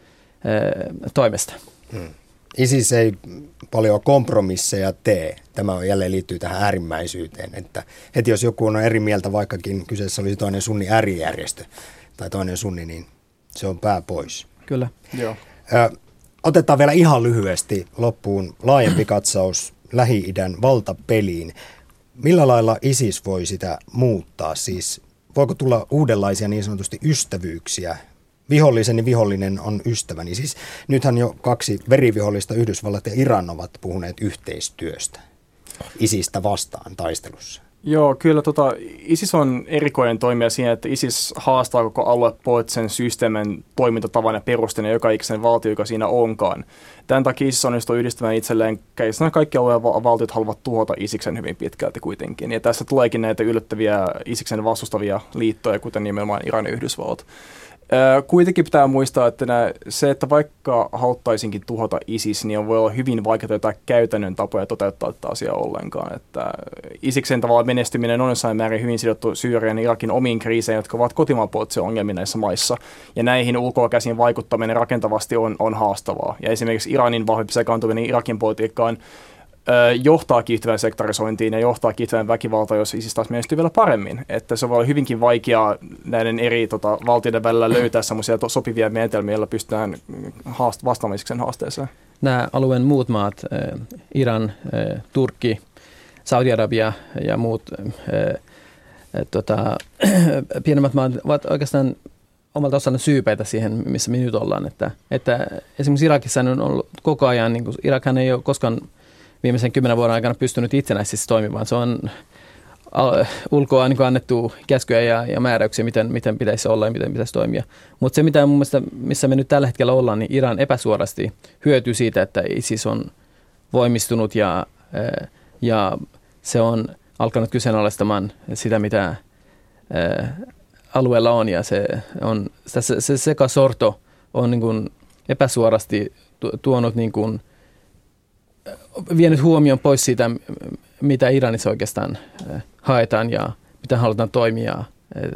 toimesta.
Hmm. ISIS ei paljon kompromisseja tee. Tämä on jälleen liittyy tähän äärimmäisyyteen, että heti jos joku on eri mieltä, vaikkakin kyseessä olisi toinen sunni äärijärjestö tai toinen sunni, niin se on pää pois.
Kyllä.
Joo.
Ö, otetaan vielä ihan lyhyesti loppuun laajempi katsaus Lähi-idän valtapeliin. Millä lailla ISIS voi sitä muuttaa? Siis voiko tulla uudenlaisia niin sanotusti ystävyyksiä? Viholliseni vihollinen on ystäväni. Siis nythän jo kaksi verivihollista, Yhdysvallat ja Iran, ovat puhuneet yhteistyöstä ISISistä vastaan taistelussa.
Joo, kyllä tota, ISIS on erikoinen toimija siinä, että ISIS haastaa koko aluepoliittisen systeemin toimintatavan ja perusteena joka ikisen valtio, joka siinä onkaan. Tämän takia ISIS onnistuu yhdistämään itselleen, kaikki alueen valtiot haluavat tuhota ISISen hyvin pitkälti kuitenkin. Ja tässä tuleekin näitä yllättäviä ISISen vastustavia liittoja, kuten nimenomaan Iran ja Yhdysvallat. Kuitenkin pitää muistaa, että nää, se, että vaikka haluttaisinkin tuhota ISIS, niin on voi olla hyvin vaikeaa jotain käytännön tapoja toteuttaa tätä asiaa ollenkaan. Että ISISen tavallaan menestyminen on jossain määrin hyvin sidottu Syyrian ja Irakin omiin kriiseihin, jotka ovat kotimaanpoliittisia ongelmia näissä maissa. Ja näihin ulkoa käsin vaikuttaminen rakentavasti on, on haastavaa. Ja esimerkiksi Iranin vahvempi sekaantuminen Irakin politiikkaan johtaa kiihtyvään sektorisointiin ja johtaa kiihtyvään väkivaltaan, jos ISIS taas menestyy vielä paremmin. Että se voi olla hyvinkin vaikeaa näiden eri tota, valtioiden välillä löytää semmoisia sopivia menetelmiä, joilla pystytään haast- vastaamaan ISISen haasteeseen.
Nämä alueen muut maat, äh, Iran, äh, Turkki, Saudi-Arabia ja muut äh, äh, tota, pienemmät maat ovat oikeastaan omalta osaltaan syypäitä siihen, missä me nyt ollaan. Että, että esimerkiksi Irakissa on ollut koko ajan, niin kuin Irakhan ei ole koskaan viimeisen kymmenen vuoden aikana pystynyt itsenäisesti toimimaan. Se on ulkoa niin annettu käskyjä ja, ja määräyksiä, miten, miten pitäisi olla ja miten pitäisi toimia. Mutta se, mitä mun mielestä, missä me nyt tällä hetkellä ollaan, niin Iran epäsuorasti hyötyy siitä, että ISIS on voimistunut ja, ja se on alkanut kyseenalaistamaan sitä, mitä alueella on. Ja se, on, se, se sekasorto on niin kuin epäsuorasti tuonut niin kuin vienyt huomion pois siitä, mitä Iranissa oikeastaan haetaan ja mitä halutaan toimia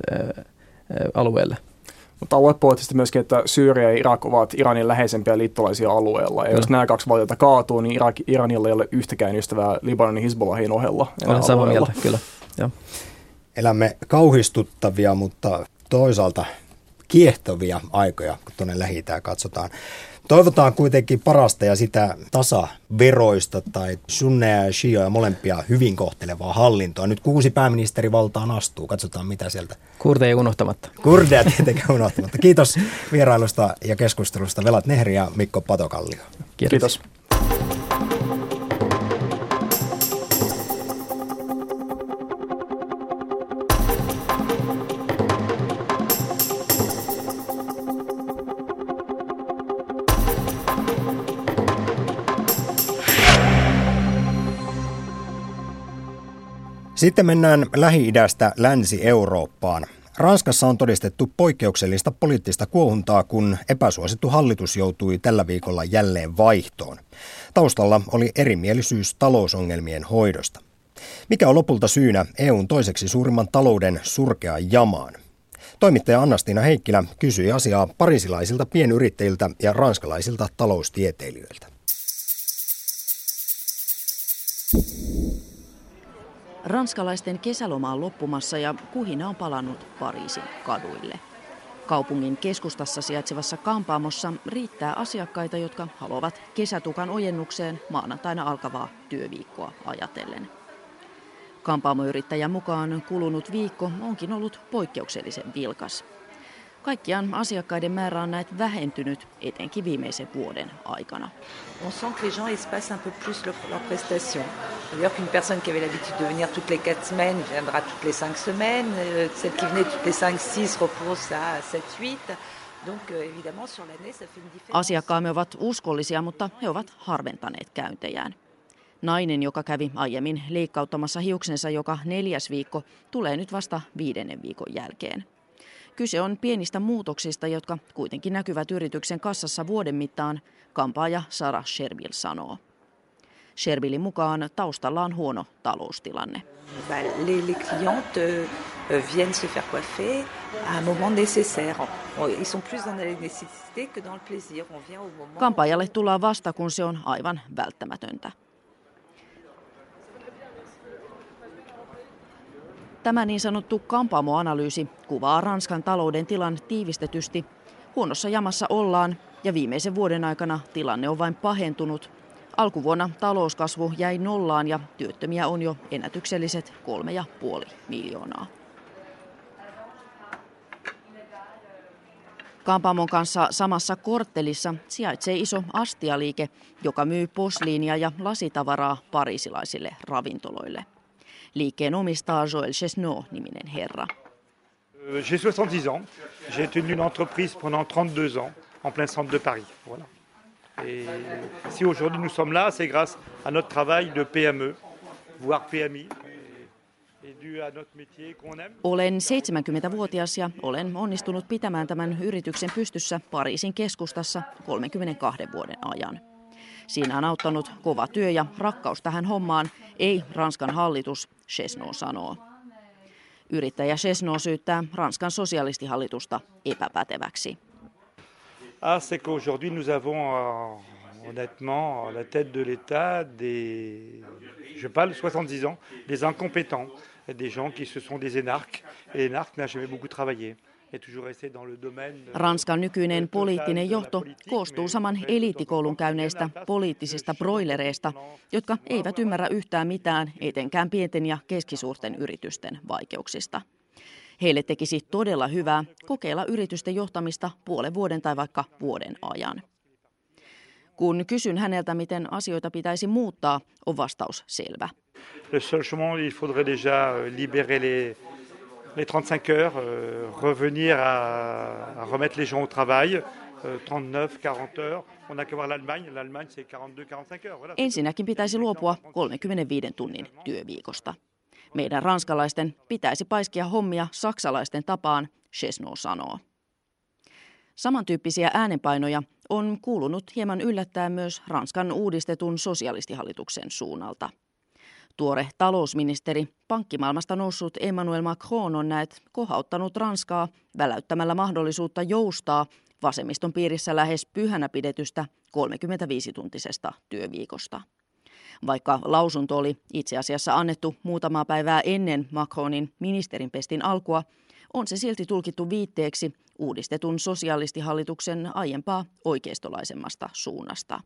alueelle.
Mutta aluepoliittisesti myöskin, että Syyria ja Irak ovat Iranin läheisempiä liittolaisia alueella. Ja jos nämä kaksi valtiota kaatuu, niin Irak, Iranilla ei ole yhtäkään ystävää Libanonin Hizbollahin ohella.
Olen samaa mieltä, kyllä. Joo.
Elämme kauhistuttavia, mutta toisaalta kiehtovia aikoja, kun tuonne Lähi-itään katsotaan. Toivotaan kuitenkin parasta ja sitä tasaveroista tai sunneja ja shioja molempia hyvin kohtelevaa hallintoa. Nyt kuusi pääministerivaltaan astuu. Katsotaan mitä sieltä.
Kurdeja unohtamatta.
Kurdeja tietenkään unohtamatta. Kiitos vierailusta ja keskustelusta Velat Nehri ja Mikko Patokallio.
Kiitos.
Kiitos.
Sitten mennään Lähi-idästä Länsi-Eurooppaan. Ranskassa on todistettu poikkeuksellista poliittista kuohuntaa, kun epäsuosittu hallitus joutui tällä viikolla jälleen vaihtoon. Taustalla oli erimielisyys talousongelmien hoidosta. Mikä on lopulta syynä E U:n toiseksi suurimman talouden surkeaan jamaan? Toimittaja Anna-Stiina Heikkilä kysyi asiaa parisilaisilta pienyrittäjiltä ja ranskalaisilta taloustieteilijöiltä.
Ranskalaisten kesäloma on loppumassa ja kuhina on palannut Pariisin kaduille. Kaupungin keskustassa sijaitsevassa kampaamossa riittää asiakkaita, jotka haluavat kesätukan ojennukseen maanantaina alkavaa työviikkoa ajatellen. Kampaamoyrittäjän mukaan kulunut viikko onkin ollut poikkeuksellisen vilkas. Kaikkiaan asiakkaiden määrä on näet vähentynyt, etenkin viimeisen vuoden aikana.
On sent que les gens espacent un peu plus leur, leur prestation. C'est-à-dire qu'une personne qui avait l'habitude de venir toutes les quatre semaines viendra toutes les cinq semaines. Celle qui venait toutes les cinq, six repose à sept, huit. Donc évidemment sur l'année ça fait une différence.
Asiakkaamme ovat uskollisia, mutta he ovat harventaneet käyntejään. Nainen, joka kävi aiemmin leikkauttamassa hiuksensa joka neljäs viikko, tulee nyt vasta viidennen viikon jälkeen. Kyse on pienistä muutoksista, jotka kuitenkin näkyvät yrityksen kassassa vuoden mittaan, kampaaja Sarah Sherbill sanoo. Sherbillin mukaan taustalla on huono taloustilanne.
Les, les clientes euh, viennent se faire coiffer à un moment nécessaire. Ils sont plus dans la nécessité que dans le plaisir. On vient au moment.
Kampaajalle tullaan vasta, kun se on aivan välttämätöntä. Tämä niin sanottu kampaamoanalyysi kuvaa Ranskan talouden tilan tiivistetysti. Huonossa jamassa ollaan ja viimeisen vuoden aikana tilanne on vain pahentunut. Alkuvuonna talouskasvu jäi nollaan ja työttömiä on jo ennätykselliset kolme ja puoli miljoonaa. Kampaamon kanssa samassa korttelissa sijaitsee iso astialiike, joka myy posliinia ja lasitavaraa pariisilaisille ravintoloille. Liikkeen omistaa Joël Chesneau-niminen herra.
J'ai soixante-dix ans. J'ai tenu une entreprise pendant trente-deux ans en plein centre de Paris. Voilà. Et si aujourd'hui nous sommes là, c'est grâce à notre travail de P M E, voire P M I, et dû à notre métier qu'on aime.
Olen seitsemänkymmentävuotias ja olen onnistunut pitämään tämän yrityksen pystyssä Pariisin keskustassa kolmenkymmenenkahden vuoden ajan. Siinä on auttanut kova työ ja rakkaus tähän hommaan, ei Ranskan hallitus, Chesneau sanoo. Yrittäjä Chesneau syyttää Ranskan sosialistihallitusta epäpäteväksi.
Ah, c'est qu'aujourd'hui nous avons euh, honnêtement à la tête de l'État des, je parle soixante-dix ans, des incompétents, des gens qui se sont des énarques. Et l'énarque n'a jamais beaucoup travaillé.
Ranskan nykyinen poliittinen johto koostuu saman eliittikoulun käyneistä poliittisista broilereista, jotka eivät ymmärrä yhtään mitään, etenkään pienten ja keskisuurten yritysten vaikeuksista. Heille tekisi todella hyvää kokeilla yritysten johtamista puolen vuoden tai vaikka vuoden ajan. Kun kysyn häneltä, miten asioita pitäisi muuttaa, on vastaus selvä.
Le seul chemin, il faudrait déjà libérer les les trente-cinq heures, euh, revenir à, à remettre les gens au travail, euh, trente-neuf, quarante heures. On a qu'à voir l'Allemagne, l'Allemagne c'est quarante-deux, quarante-cinq heures. Voilà.
Ensinnäkin pitäisi luopua kolmekymmentäviisi tunnin työviikosta. Meidän ranskalaisten pitäisi paiskia hommia saksalaisten tapaan, Chesneau sanoo. Samantyyppisiä äänenpainoja on kuulunut hieman yllättäen myös Ranskan uudistetun sosialistihallituksen suunnalta. Tuore talousministeri, pankkimaailmasta noussut Emmanuel Macron on näet kohauttanut Ranskaa väläyttämällä mahdollisuutta joustaa vasemmiston piirissä lähes pyhänä pidetystä kolmekymmentäviisituntisesta työviikosta. Vaikka lausunto oli itse asiassa annettu muutamaa päivää ennen Macronin ministerinpestin alkua, on se silti tulkittu viitteeksi uudistetun sosialistihallituksen aiempaa oikeistolaisemmasta suunnasta.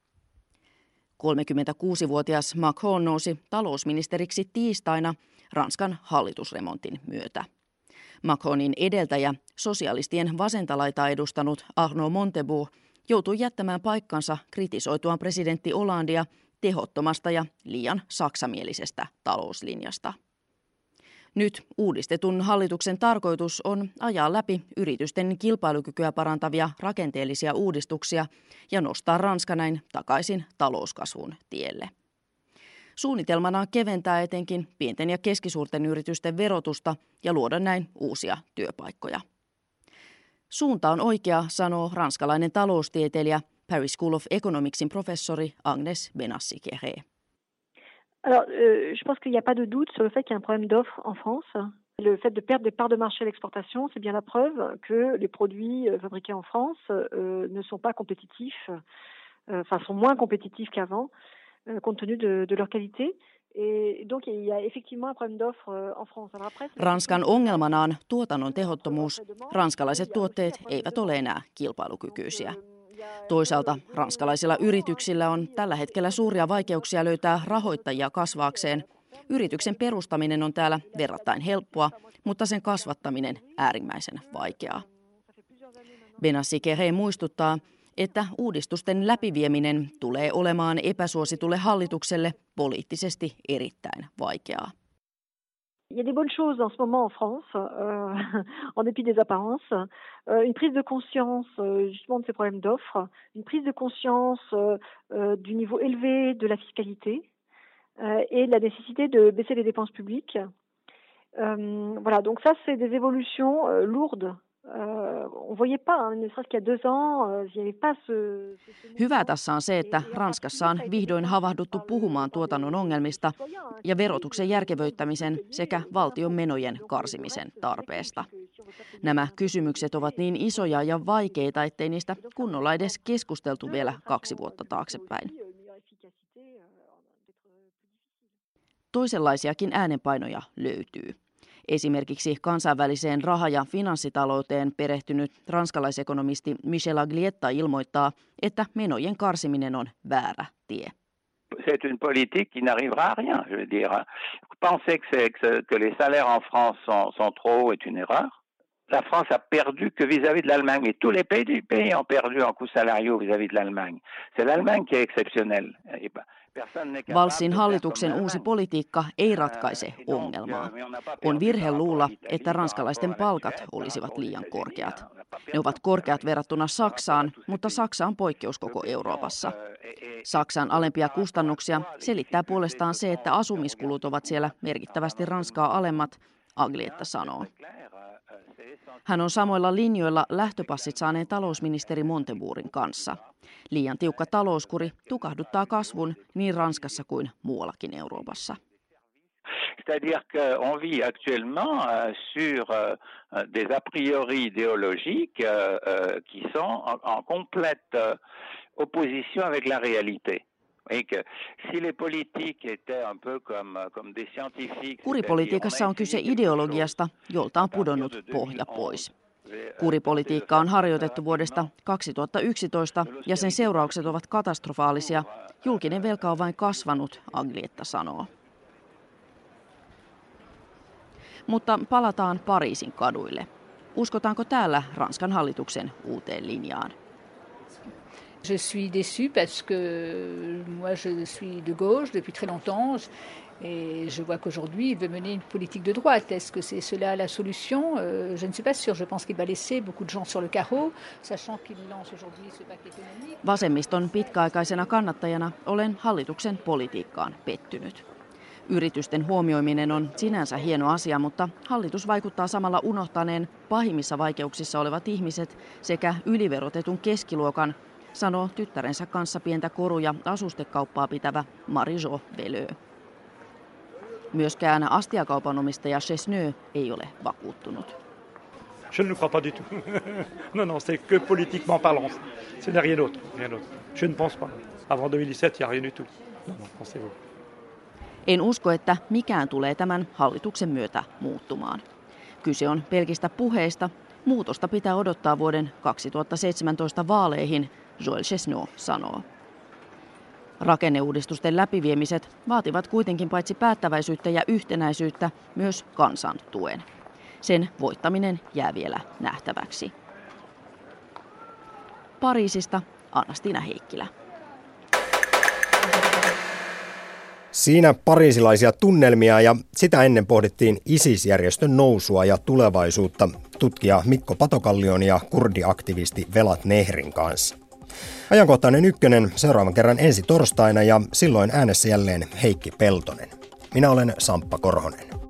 kolmekymmentäkuusivuotias Macron nousi talousministeriksi tiistaina Ranskan hallitusremontin myötä. Macronin edeltäjä, sosialistien vasentalaitaa edustanut Arnaud Montebourg, joutui jättämään paikkansa kritisoituaan presidentti Hollandea tehottomasta ja liian saksamielisestä talouslinjasta. Nyt uudistetun hallituksen tarkoitus on ajaa läpi yritysten kilpailukykyä parantavia rakenteellisia uudistuksia ja nostaa Ranska näin takaisin talouskasvun tielle. Suunnitelmana on keventää etenkin pienten ja keskisuurten yritysten verotusta ja luoda näin uusia työpaikkoja. Suunta on oikea, sanoo ranskalainen taloustieteilijä Paris School of Economicsin professori Agnès Benassi-Kéré.
Alors, euh, je pense qu'il n'y a pas de doute sur le fait qu'il y a un problème d'offre en France. Le fait de perdre des parts de marché à l'exportation, c'est bien la preuve que les produits fabriqués en France euh, ne sont pas compétitifs, euh, enfin sont moins compétitifs qu'avant, euh, compte tenu de, de leur qualité. Et donc il y a effectivement un problème d'offre en France. Alors après,
Ranskan ongelmana on tuotannon tehottomuus. Ranskalaiset tuotteet eivät ole enää kilpailukykyisiä. Toisaalta ranskalaisilla yrityksillä on tällä hetkellä suuria vaikeuksia löytää rahoittajia kasvaakseen. Yrityksen perustaminen on täällä verrattain helppoa, mutta sen kasvattaminen äärimmäisen vaikeaa. Benassi Keré muistuttaa, että uudistusten läpivieminen tulee olemaan epäsuositulle hallitukselle poliittisesti erittäin vaikeaa.
Il y a des bonnes choses en ce moment en France, euh, en dépit des apparences. Euh, une prise de conscience euh, justement de ces problèmes d'offres, une prise de conscience euh, du niveau élevé de la fiscalité euh, et la nécessité de baisser les dépenses publiques. Euh, voilà, donc ça c'est des évolutions euh, lourdes.
Hyvä tässä on se, että Ranskassa on vihdoin havahduttu puhumaan tuotannon ongelmista ja verotuksen järkevöittämisen sekä valtion menojen karsimisen tarpeesta. Nämä kysymykset ovat niin isoja ja vaikeita, ettei niistä kunnolla edes keskusteltu vielä kaksi vuotta taaksepäin. Toisenlaisiakin äänenpainoja löytyy. Esimerkiksi kansainväliseen raha- ja finanssitalouteen perehtynyt ranskalaisekonomisti Michel Aglietta ilmoittaa, että menojen karsiminen on väärä tie.
C'est une politique qui n'arrivera à rien, je veux dire. Penser que, que les salaires en France sont, sont trop hauts est une erreur. La France a perdu que vis-à-vis de l'Allemagne. Et tous les pays du pays ont perdu en coûts salariaux vis-à-vis de l'Allemagne. C'est l'Allemagne qui est exceptionnelle.
Valssin hallituksen uusi politiikka ei ratkaise ongelmaa. On virhe luulla, että ranskalaisten palkat olisivat liian korkeat. Ne ovat korkeat verrattuna Saksaan, mutta Saksa on poikkeus koko Euroopassa. Saksan alempia kustannuksia selittää puolestaan se, että asumiskulut ovat siellä merkittävästi Ranskaa alemmat, Aglietta sanoo. Hän on samoilla linjoilla lähtöpassit saaneen talousministeri Montebourgin kanssa. Liian tiukka talouskuri tukahduttaa kasvun niin Ranskassa kuin muuallakin Euroopassa.
C'est-à-dire qu'on vit actuellement sur des a priori idéologiques qui sont en complète opposition avec la réalité.
Kuripolitiikassa on kyse ideologiasta, jolta on pudonnut pohja pois. Kuripolitiikka on harjoitettu vuodesta kaksituhattayksitoista ja sen seuraukset ovat katastrofaalisia. Julkinen velka on vain kasvanut, Aglietta sanoo. Mutta palataan Pariisin kaduille. Uskotaanko täällä Ranskan hallituksen uuteen linjaan?
Je suis déçue parce que moi je suis de gauche depuis très longtemps et je vois qu'aujourd'hui il veut mener une politique de droite. Est-ce que c'est cela la solution? Je ne suis pas sûre. Je pense qu'il va laisser beaucoup de gens sur le carreau, sachant qu'il lance aujourd'hui ce paquet économique.
Vasemmiston pitkäaikaisena kannattajana olen hallituksen politiikkaan pettynyt. Yritysten huomioiminen on sinänsä hieno asia, mutta hallitus vaikuttaa samalla unohtaneen pahimmissa vaikeuksissa olevat ihmiset sekä yliverotetun keskiluokan, sanoo tyttärensä kanssa pientä koru- ja asustekauppaa pitävä Marie-Jo Veleux. Myöskään astiakaupan omistaja Chesneux ei ole vakuuttunut.
Je ne le crois pas du tout. non, non, c'est que politiquement parlant. Ce n'est rien d'autre, rien d'autre. Je ne pense pas. Avant deux mille dix-sept, il n'y a rien du tout. Non, non, pensez-vous.
En usko, että mikään tulee tämän hallituksen myötä muuttumaan. Kyse on pelkistä puheista. Muutosta pitää odottaa vuoden kaksituhattaseitsemäntoista vaaleihin, Joël Chesneux sanoo. Rakenneuudistusten läpiviemiset vaativat kuitenkin paitsi päättäväisyyttä ja yhtenäisyyttä myös kansan tuen. Sen voittaminen jää vielä nähtäväksi. Pariisista Anna-Stina Heikkilä.
Siinä pariisilaisia tunnelmia ja sitä ennen pohdittiin ISIS-järjestön nousua ja tulevaisuutta tutkija Mikko Patokallion ja kurdiaktivisti Velat Nehrin kanssa. Ajankohtainen ykkönen seuraavan kerran ensi torstaina ja silloin äänessä jälleen Heikki Peltonen. Minä olen Samppa Korhonen.